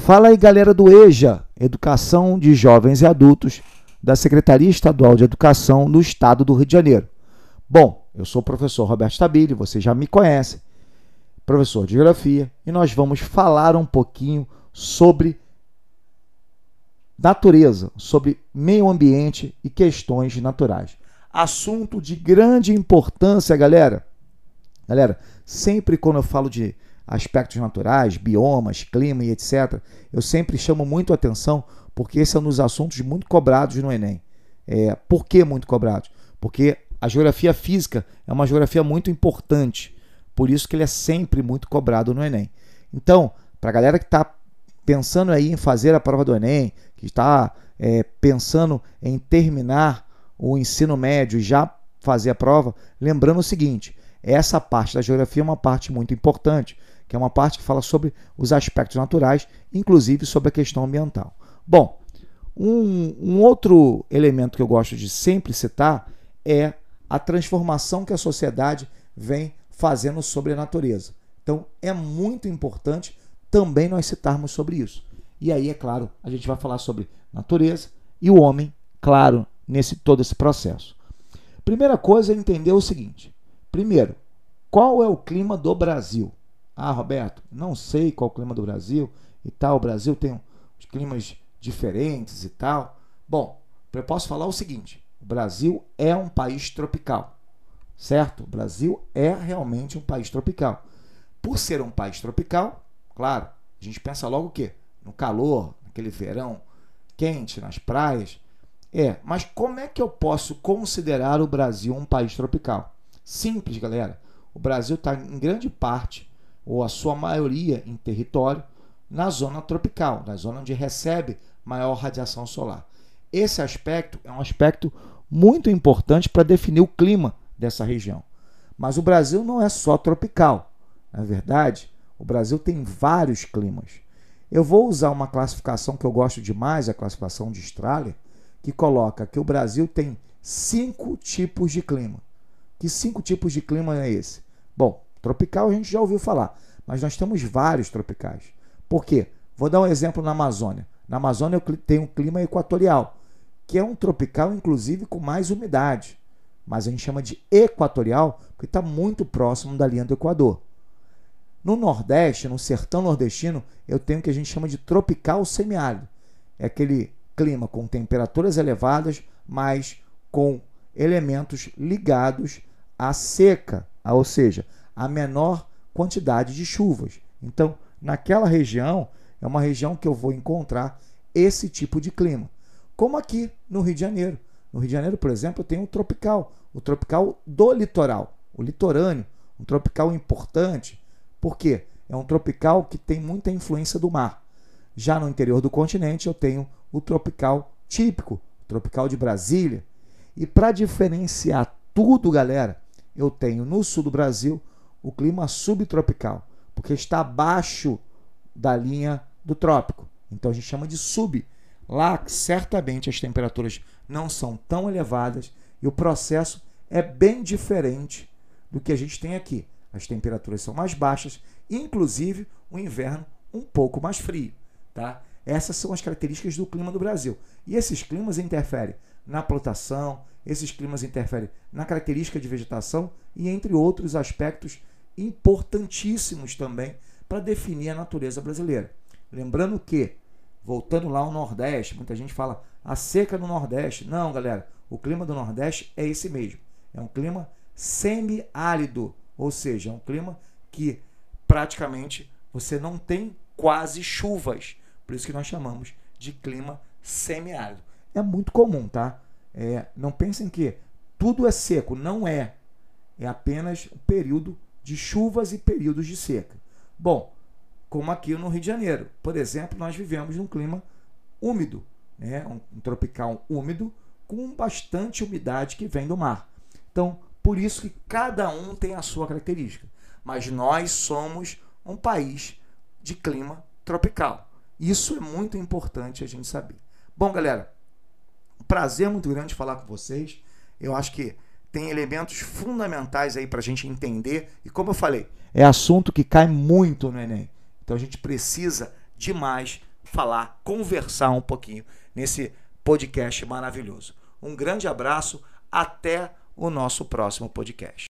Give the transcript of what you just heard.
Fala aí, galera do EJA, Educação de Jovens e Adultos, da Secretaria Estadual de Educação no Estado do Rio de Janeiro. Bom, eu sou o professor Roberto Stabile, você já me conhece, professor de Geografia, e nós vamos falar um pouquinho sobre natureza, sobre meio ambiente e questões naturais. Assunto de grande importância, galera. Galera, sempre quando eu falo de aspectos naturais, biomas, clima e etc., eu sempre chamo muito a atenção porque esse é um dos assuntos muito cobrados no Enem. Por que muito cobrados? Porque a geografia física é uma geografia muito importante, por isso que ele é sempre muito cobrado no Enem. Então, para a galera que está pensando aí em fazer a prova do Enem, que está pensando em terminar o ensino médio e já fazer a prova, lembrando o seguinte, essa parte da geografia é uma parte muito importante, que é uma parte que fala sobre os aspectos naturais, inclusive sobre a questão ambiental. Bom, um outro elemento que eu gosto de sempre citar é a transformação que a sociedade vem fazendo sobre a natureza. Então, é muito importante também nós citarmos sobre isso. E aí, é claro, a gente vai falar sobre natureza e o homem, claro, nesse todo esse processo. Primeira coisa é entender o seguinte. Primeiro, qual é o clima do Brasil? Ah, Roberto, não sei qual é o clima do Brasil e tal. O Brasil tem uns climas diferentes e tal. Bom, eu posso falar o seguinte. O Brasil é um país tropical, certo? O Brasil é realmente um país tropical. Por ser um país tropical, claro, a gente pensa logo o quê? No calor, naquele verão quente, nas praias. Mas como é que eu posso considerar o Brasil um país tropical? Simples, galera. O Brasil está em grande parte, ou a sua maioria em território, na zona tropical, na zona onde recebe maior radiação solar. Esse aspecto é um aspecto muito importante para definir o clima dessa região. Mas o Brasil não é só tropical. Na verdade, o Brasil tem vários climas. Eu vou usar uma classificação que eu gosto demais, a classificação de Strahler, que coloca que o Brasil tem 5 tipos de clima. Que 5 tipos de clima é esse? Bom, tropical a gente já ouviu falar, mas nós temos vários tropicais. Por quê? Vou dar um exemplo na Amazônia. Na Amazônia eu tenho um clima equatorial, que é um tropical, inclusive, com mais umidade. Mas a gente chama de equatorial, porque está muito próximo da linha do Equador. No Nordeste, no sertão nordestino, eu tenho o que a gente chama de tropical semiárido. É aquele clima com temperaturas elevadas, mas com elementos ligados à seca, ou seja, a menor quantidade de chuvas. Então, naquela região, é uma região que eu vou encontrar esse tipo de clima. Como aqui no Rio de Janeiro. No Rio de Janeiro, por exemplo, eu tenho o tropical do litoral, o litorâneo, um tropical importante. Por quê? É um tropical que tem muita influência do mar. Já no interior do continente, eu tenho o tropical típico, o tropical de Brasília. E para diferenciar tudo, galera, eu tenho no sul do Brasil o clima subtropical, porque está abaixo da linha do trópico. Então a gente chama de sub. Lá, certamente, as temperaturas não são tão elevadas e o processo é bem diferente do que a gente tem aqui. As temperaturas são mais baixas, inclusive o inverno um pouco mais frio. Tá? Essas são as características do clima do Brasil. E esses climas interferem na plantação, esses climas interferem na característica de vegetação e entre outros aspectos importantíssimos também para definir a natureza brasileira. Lembrando que, voltando lá ao Nordeste, muita gente fala a seca no Nordeste. Não, galera, o clima do Nordeste é esse mesmo. É um clima semiárido, ou seja, é um clima que praticamente você não tem quase chuvas. Por isso que nós chamamos de clima semiárido. É muito comum, tá? Não pensem que tudo é seco. Não é. É apenas o período de chuvas e períodos de seca. Bom, como aqui no Rio de Janeiro. Por exemplo, nós vivemos num clima úmido, né? Um tropical úmido com bastante umidade que vem do mar. Então, por isso que cada um tem a sua característica. Mas nós somos um país de clima tropical. Isso é muito importante a gente saber. Bom, galera, um prazer muito grande falar com vocês. Eu acho que tem elementos fundamentais aí para a gente entender. E como eu falei, é assunto que cai muito no Enem. Então a gente precisa demais falar, conversar um pouquinho nesse podcast maravilhoso. Um grande abraço, até o nosso próximo podcast.